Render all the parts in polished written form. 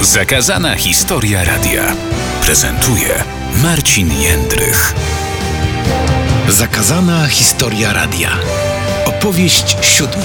Zakazana historia radia prezentuje Marcin Jędrych. Zakazana historia radia. Opowieść 7.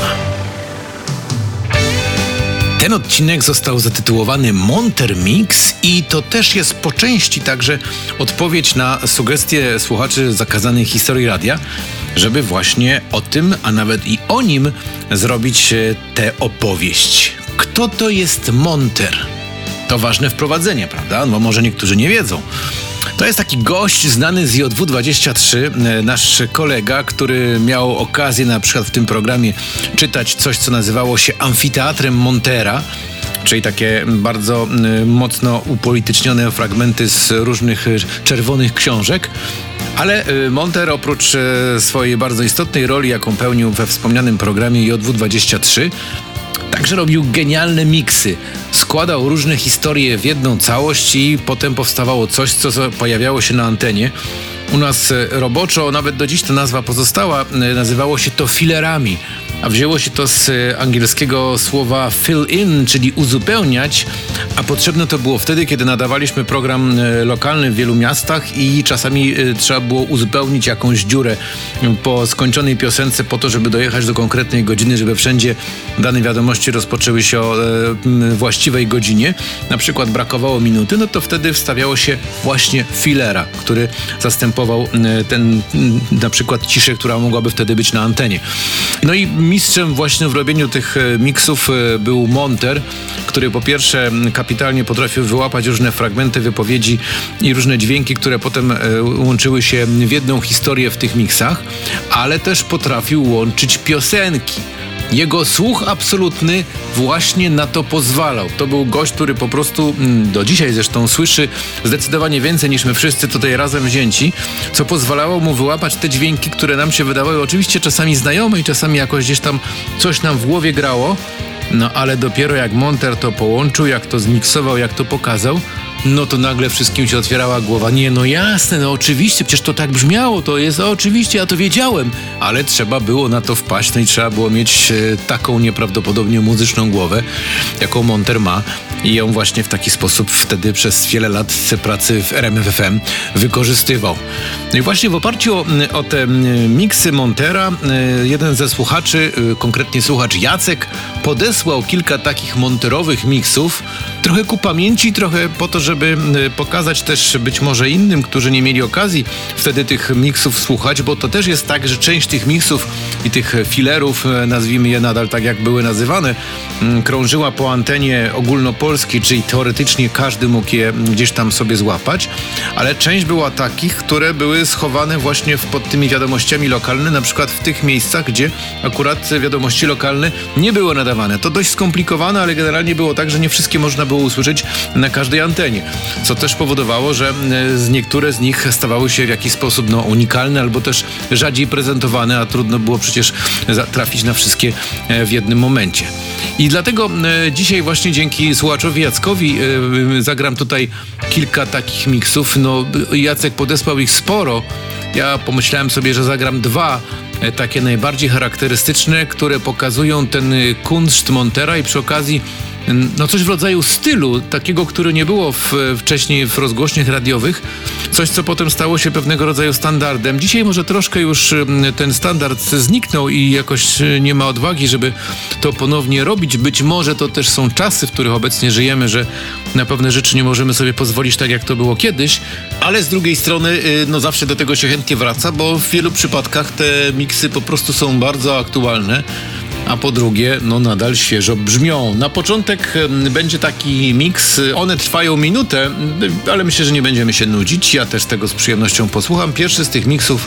Ten odcinek został zatytułowany Monter Mix i to też jest po części także odpowiedź na sugestie słuchaczy Zakazanej historii radia, żeby właśnie o tym, a nawet i o nim zrobić tę opowieść. Kto to jest Monter? To ważne wprowadzenie, prawda? No może niektórzy nie wiedzą. To jest taki gość znany z JW23, nasz kolega, który miał okazję na przykład w tym programie czytać coś, co nazywało się Amfiteatrem Montera, czyli takie bardzo mocno upolitycznione fragmenty z różnych czerwonych książek. Ale Monter oprócz swojej bardzo istotnej roli, jaką pełnił we wspomnianym programie JW23, także robił genialne miksy. Składał różne historie w jedną całość i potem powstawało coś, co pojawiało się na antenie. U nas roboczo, nawet do dziś ta nazwa pozostała, nazywało się to fillerami. A wzięło się to z angielskiego słowa fill in, czyli uzupełniać, a potrzebne to było wtedy, kiedy nadawaliśmy program lokalny w wielu miastach i czasami trzeba było uzupełnić jakąś dziurę po skończonej piosence po to, żeby dojechać do konkretnej godziny, żeby wszędzie dane wiadomości rozpoczęły się o właściwej godzinie. Na przykład brakowało minuty, no to wtedy wstawiało się właśnie fillera, który zastępował ten na przykład ciszę, która mogłaby wtedy być na antenie. No i mistrzem właśnie w robieniu tych miksów był Monter, który po pierwsze kapitalnie potrafił wyłapać różne fragmenty wypowiedzi i różne dźwięki, które potem łączyły się w jedną historię w tych miksach, ale też potrafił łączyć piosenki. Jego słuch absolutny właśnie na to pozwalał. To był gość, który po prostu do dzisiaj zresztą słyszy zdecydowanie więcej niż my wszyscy tutaj razem wzięci, co pozwalało mu wyłapać te dźwięki, które nam się wydawały oczywiście czasami znajome i czasami jakoś gdzieś tam coś nam w głowie grało, no ale dopiero jak Monter to połączył, jak to zmiksował, jak to pokazał, no to nagle wszystkim się otwierała głowa. Nie, no jasne, no oczywiście, przecież to tak brzmiało, to jest, oczywiście, ja to wiedziałem, ale trzeba było na to wpaść, no i trzeba było mieć taką nieprawdopodobnie muzyczną głowę, jaką Monter ma i ją właśnie w taki sposób wtedy przez wiele lat pracy w RMF FM wykorzystywał. No i właśnie w oparciu o te miksy Montera jeden ze słuchaczy, konkretnie słuchacz Jacek, podesłał kilka takich monterowych miksów, trochę ku pamięci, trochę po to, żeby pokazać też być może innym, którzy nie mieli okazji wtedy tych miksów słuchać, bo to też jest tak, że część tych miksów i tych fillerów, nazwijmy je nadal tak jak były nazywane, krążyła po antenie ogólnopolskiej, czyli teoretycznie każdy mógł je gdzieś tam sobie złapać, ale część była takich, które były schowane właśnie pod tymi wiadomościami lokalnymi, na przykład w tych miejscach, gdzie akurat wiadomości lokalne nie były nadawane. To dość skomplikowane, ale generalnie było tak, że nie wszystkie można było usłyszeć na każdej antenie, co też powodowało, że niektóre z nich stawały się w jakiś sposób unikalne albo też rzadziej prezentowane, a trudno było przecież trafić na wszystkie w jednym momencie. I dlatego dzisiaj właśnie dzięki słuchaczowi Jackowi zagram tutaj kilka takich miksów. No Jacek podesłał ich sporo. Ja pomyślałem sobie, że zagram dwa takie najbardziej charakterystyczne, które pokazują ten kunszt Montera i przy okazji coś w rodzaju stylu, takiego, który nie było wcześniej w rozgłośniach radiowych, coś, co potem stało się pewnego rodzaju standardem. Dzisiaj może troszkę już ten standard zniknął i jakoś nie ma odwagi, żeby to ponownie robić. Być może to też są czasy, w których obecnie żyjemy, że na pewne rzeczy nie możemy sobie pozwolić tak, jak to było kiedyś, ale z drugiej strony zawsze do tego się chętnie wraca, bo w wielu przypadkach te miksy po prostu są bardzo aktualne, a po drugie, nadal świeżo brzmią. Na początek będzie taki miks, one trwają minutę, ale myślę, że nie będziemy się nudzić. Ja też tego z przyjemnością posłucham. Pierwszy z tych miksów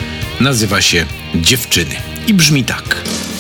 nazywa się Dziewczyny i brzmi tak.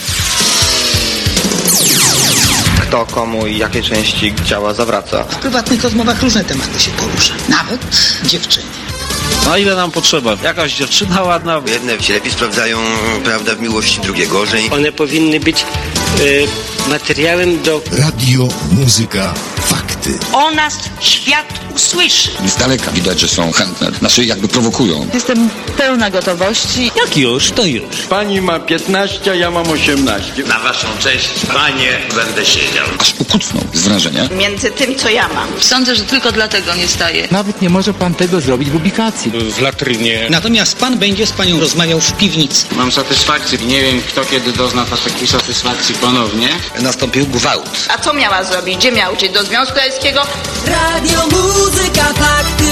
Kto komu i jakiej części ciała zawraca. W prywatnych rozmowach różne tematy się porusza, nawet dziewczyny. No ile nam potrzeba? Jakaś dziewczyna ładna. Jedne się lepiej sprawdzają, prawda, w miłości, drugie gorzej. One powinny być materiałem do... Radio, muzyka, fakt. fakty. O nas świat usłyszy. Z daleka widać, że są chętne, znaczy jakby prowokują. Jestem pełna gotowości. Jak już, to już. Pani ma 15, ja mam 18. Na waszą cześć, panie, będę siedział. Aż ukucnął z wrażenia. Między tym, co ja mam. Sądzę, że tylko dlatego nie staję. Nawet nie może pan tego zrobić w ubikacji. W latrynie. Natomiast pan będzie z panią rozmawiał w piwnicy. Mam satysfakcję. Nie wiem, kto kiedy dozna takiej satysfakcji ponownie. Nastąpił gwałt. A co miała zrobić? Gdzie miała uczyć? Do Związku Radzieckiego? Radio, muzyka, fakty.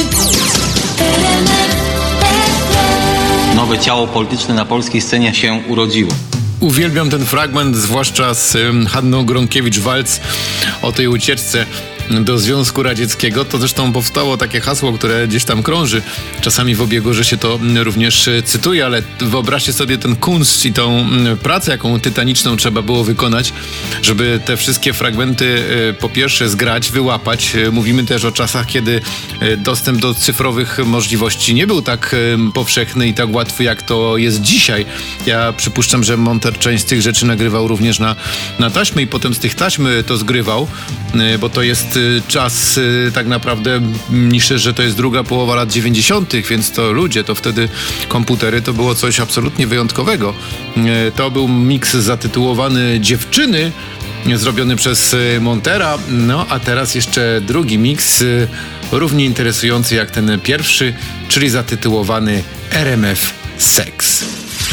Nowe ciało polityczne na polskiej scenie się urodziło. Uwielbiam ten fragment, zwłaszcza z Hanną Gronkiewicz-Waltz o tej ucieczce do Związku Radzieckiego. To zresztą powstało takie hasło, które gdzieś tam krąży czasami w obiegu, że się to również cytuje, ale wyobraźcie sobie ten kunszt i tą pracę, jaką tytaniczną trzeba było wykonać, żeby te wszystkie fragmenty po pierwsze zgrać, wyłapać. Mówimy też o czasach, kiedy dostęp do cyfrowych możliwości nie był tak powszechny i tak łatwy, jak to jest dzisiaj. Ja przypuszczam, że monter część z tych rzeczy nagrywał również na taśmy i potem z tych taśm to zgrywał, bo to jest czas tak naprawdę, myślę, że to jest druga połowa lat 90., więc to ludzie, to wtedy komputery to było coś absolutnie wyjątkowego. To był miks zatytułowany Dziewczyny, zrobiony przez Montera, no a teraz jeszcze drugi miks, równie interesujący jak ten pierwszy, czyli zatytułowany RMF Seks.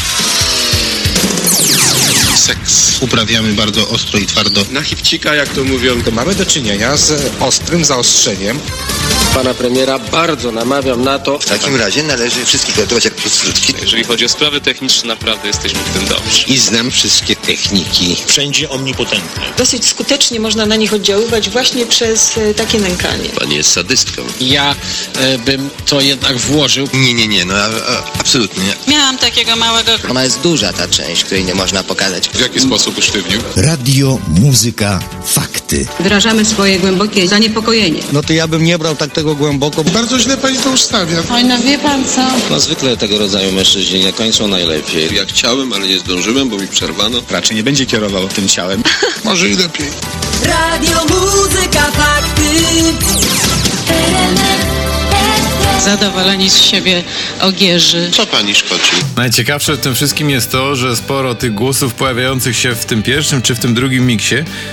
Seks uprawiamy bardzo ostro i twardo. Na chipcika, jak to mówią. To mamy do czynienia z ostrym zaostrzeniem. Pana premiera bardzo namawiam na to. W takim razie należy wszystkich traktować jak prostytutki. Jeżeli chodzi o sprawy techniczne, naprawdę jesteśmy w tym dobrzy. I znam wszystkie techniki. Wszędzie omnipotentne. Dosyć skutecznie można na nich oddziaływać właśnie przez takie nękanie. Pani jest sadystką. Ja bym to jednak włożył. Nie, no absolutnie nie. Miałam takiego małego... Ona jest duża, ta część, której nie można pokazać. W jaki sposób usztywnił? Radio, muzyka, fakty. Wyrażamy swoje głębokie zaniepokojenie. No to ja bym nie brał tak tego głęboko. Bardzo źle pani to ustawia. Oj, no wie pan co? No zwykle tego rodzaju mężczyźni nie kończą najlepiej. Ja chciałem, ale nie zdążyłem, bo mi przerwano. Raczej nie będzie kierował tym ciałem. Może i lepiej. Radio, muzyka, fakty. Zadowoleni z siebie ogierzy. Co pani szkodzi? Najciekawsze w tym wszystkim jest to, że sporo tych głosów pojawiających się w tym pierwszym czy w tym drugim miksie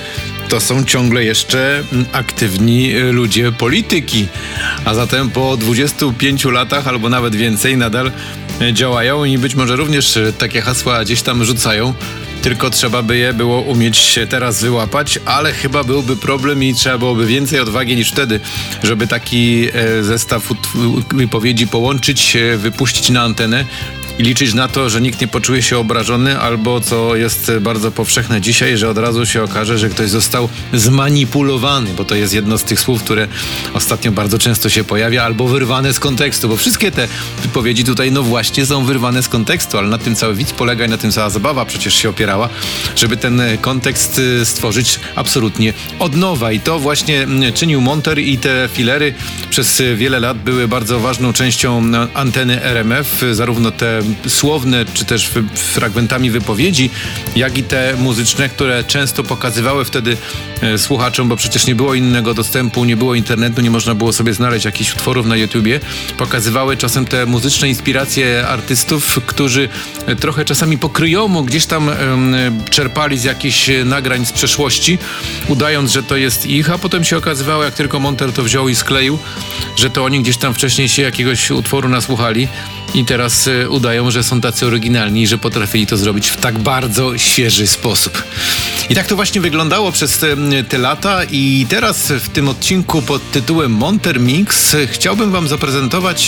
to są ciągle jeszcze aktywni ludzie polityki. A zatem po 25 latach albo nawet więcej nadal działają i być może również takie hasła gdzieś tam rzucają. Tylko trzeba by je było umieć teraz wyłapać, ale chyba byłby problem i trzeba byłoby więcej odwagi niż wtedy, żeby taki zestaw wypowiedzi połączyć, wypuścić na antenę i liczyć na to, że nikt nie poczuje się obrażony, albo co jest bardzo powszechne dzisiaj, że od razu się okaże, że ktoś został zmanipulowany, bo to jest jedno z tych słów, które ostatnio bardzo często się pojawia, albo wyrwane z kontekstu, bo wszystkie te wypowiedzi tutaj no właśnie są wyrwane z kontekstu, ale na tym cały widz polega i na tym cała zabawa przecież się opierała, żeby ten kontekst stworzyć absolutnie od nowa i to właśnie czynił Monter i te filery przez wiele lat były bardzo ważną częścią anteny RMF, zarówno te słowne, czy też fragmentami wypowiedzi, jak i te muzyczne, które często pokazywały wtedy słuchaczom, bo przecież nie było innego dostępu, nie było internetu, nie można było sobie znaleźć jakichś utworów na YouTubie, pokazywały czasem te muzyczne inspiracje artystów, którzy trochę czasami pokryjomu gdzieś tam czerpali z jakichś nagrań z przeszłości, udając, że to jest ich, a potem się okazywało, jak tylko Monter to wziął i skleił, że to oni gdzieś tam wcześniej się jakiegoś utworu nasłuchali i teraz udają, że są tacy oryginalni i że potrafili to zrobić w tak bardzo świeży sposób. I tak to właśnie wyglądało przez te lata i teraz w tym odcinku pod tytułem Monter Mix chciałbym wam zaprezentować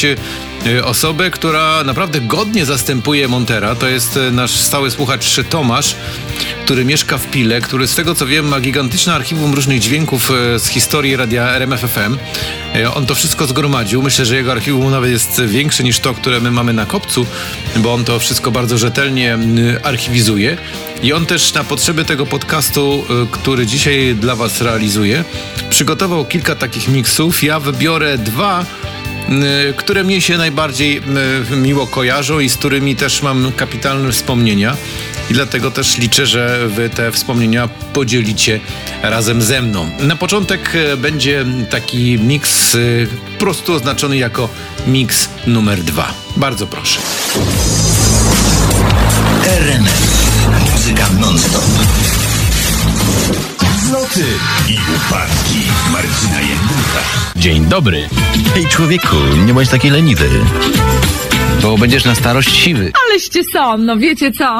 osobę, która naprawdę godnie zastępuje Montera. To jest nasz stały słuchacz Tomasz, który mieszka w Pile, który z tego co wiem ma gigantyczne archiwum różnych dźwięków z historii radia RMF FM. On to wszystko zgromadził. Myślę, że jego archiwum nawet jest większe niż to, które my mamy na Kopcu, bo on to wszystko bardzo rzetelnie archiwizuje. I on też na potrzeby tego podcastu, który dzisiaj dla was realizuje, przygotował kilka takich miksów. Ja wybiorę dwa które mnie się najbardziej miło kojarzą i z którymi też mam kapitalne wspomnienia. I dlatego też liczę, że wy te wspomnienia podzielicie razem ze mną. Na początek będzie taki miks po prostu oznaczony jako miks numer 2. Bardzo proszę. RMF. Muzyka non-stop. Wzloty i upadki Marcina Jędrycha. Dzień dobry. Hej człowieku, nie bądź taki leniwy. Bo będziesz na starość siwy. Aleście są, no wiecie co?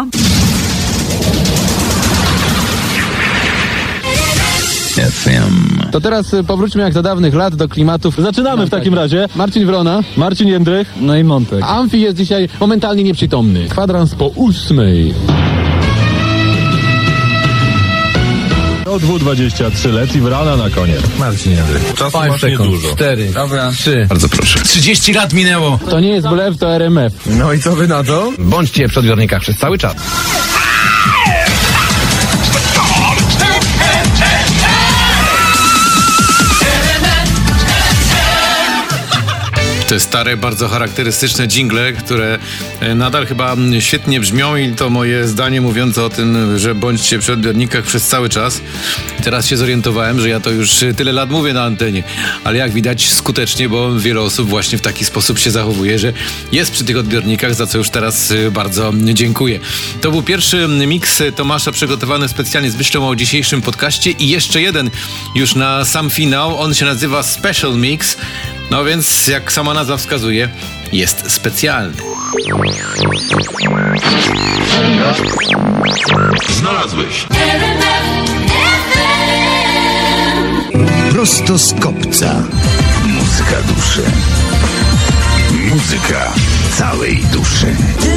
FM. To teraz powróćmy jak za dawnych lat do klimatów. Zaczynamy w takim razie. Marcin Wrona, Marcin Jędrych, no i Montek. Amfi jest dzisiaj momentalnie nieprzytomny. Kwadrans po 8. Do 2:23 lec i Wrona na koniec. Marcin Jędrych. Czasu masz niedużo. 4, Dobra. 3. Bardzo proszę. 30 lat minęło. To nie jest blef, to RMF. No i co wy na to? Bądźcie przy odbiornikach przez cały czas. Te stare, bardzo charakterystyczne dżingle, które nadal chyba świetnie brzmią i to moje zdanie mówiące o tym, że bądźcie przy odbiornikach przez cały czas. Teraz się zorientowałem, że ja to już tyle lat mówię na antenie, ale jak widać skutecznie, bo wiele osób właśnie w taki sposób się zachowuje, że jest przy tych odbiornikach, za co już teraz bardzo dziękuję. To był pierwszy miks Tomasza przygotowany specjalnie z myślą o dzisiejszym podcaście i jeszcze jeden już na sam finał. On się nazywa Special Mix. No więc, jak sama nazwa wskazuje, jest specjalny. Znalazłeś. Prosto z kopca. Muzyka duszy. Muzyka całej duszy.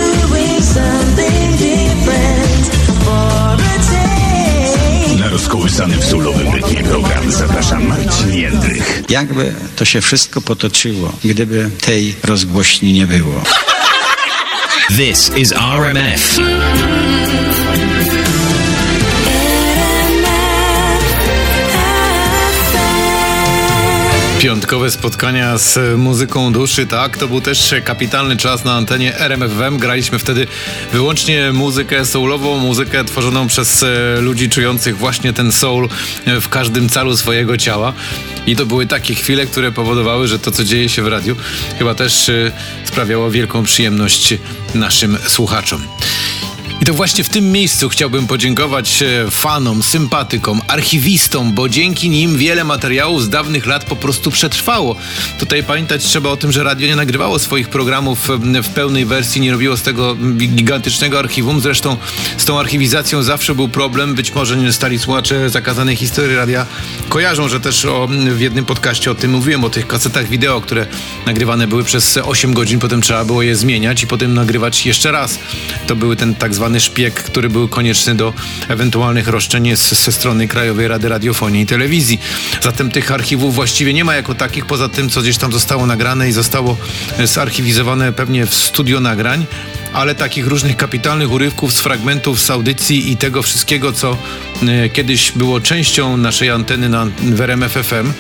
Na rozkołysany w soulowym rytmie program zaprasza Marcin Jędrych. Jakby to się wszystko potoczyło, gdyby tej rozgłośni nie było. This is RMF. Piątkowe spotkania z muzyką duszy, tak, to był też kapitalny czas na antenie RMF FM. Graliśmy wtedy wyłącznie muzykę soulową, muzykę tworzoną przez ludzi czujących właśnie ten soul w każdym calu swojego ciała. I to były takie chwile, które powodowały, że to, co dzieje się w radiu, chyba też sprawiało wielką przyjemność naszym słuchaczom. I to właśnie w tym miejscu chciałbym podziękować fanom, sympatykom, archiwistom, bo dzięki nim wiele materiałów z dawnych lat po prostu przetrwało. Tutaj pamiętać trzeba o tym, że radio nie nagrywało swoich programów w pełnej wersji, nie robiło z tego gigantycznego archiwum. Zresztą z tą archiwizacją zawsze był problem. Być może stali słuchacze Zakazanej Historii Radia kojarzą, że też w jednym podcaście o tym mówiłem, o tych kasetach wideo, które nagrywane były przez 8 godzin, potem trzeba było je zmieniać i potem nagrywać jeszcze raz. To były ten tak zwany szpieg, który był konieczny do ewentualnych roszczeń ze strony Krajowej Rady Radiofonii i Telewizji. Zatem tych archiwów właściwie nie ma jako takich, poza tym, co gdzieś tam zostało nagrane i zostało zarchiwizowane pewnie w studio nagrań, ale takich różnych kapitalnych urywków z fragmentów, z audycji i tego wszystkiego, co kiedyś było częścią naszej anteny w RMF FM,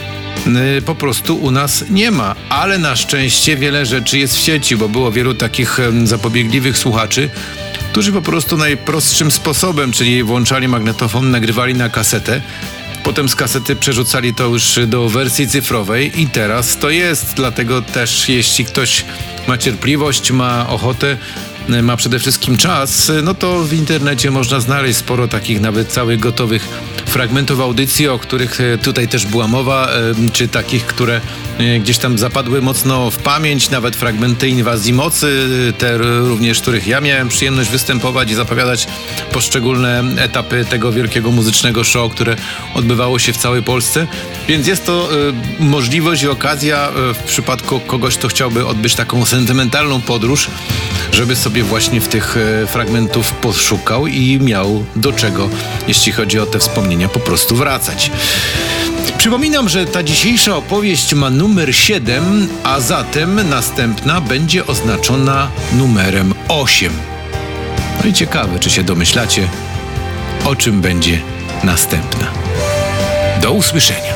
po prostu u nas nie ma, ale na szczęście wiele rzeczy jest w sieci, bo było wielu takich zapobiegliwych słuchaczy, którzy po prostu najprostszym sposobem, czyli włączali magnetofon, nagrywali na kasetę, potem z kasety przerzucali to już do wersji cyfrowej i teraz to jest. Dlatego też jeśli ktoś ma cierpliwość, ma ochotę, ma przede wszystkim czas, no to w internecie można znaleźć sporo takich nawet całych gotowych fragmentów audycji, o których tutaj też była mowa, czy takich, które gdzieś tam zapadły mocno w pamięć, nawet fragmenty Inwazji Mocy, te również, w których ja miałem przyjemność występować i zapowiadać poszczególne etapy tego wielkiego muzycznego show, które odbywało się w całej Polsce. Więc jest to możliwość i okazja w przypadku kogoś, kto chciałby odbyć taką sentymentalną podróż, żeby sobie właśnie w tych fragmentów poszukał i miał do czego, jeśli chodzi o te wspomnienia, po prostu wracać. Przypominam, że ta dzisiejsza opowieść ma numer 7, a zatem następna będzie oznaczona numerem 8. No i ciekawe, czy się domyślacie, o czym będzie następna. Do usłyszenia.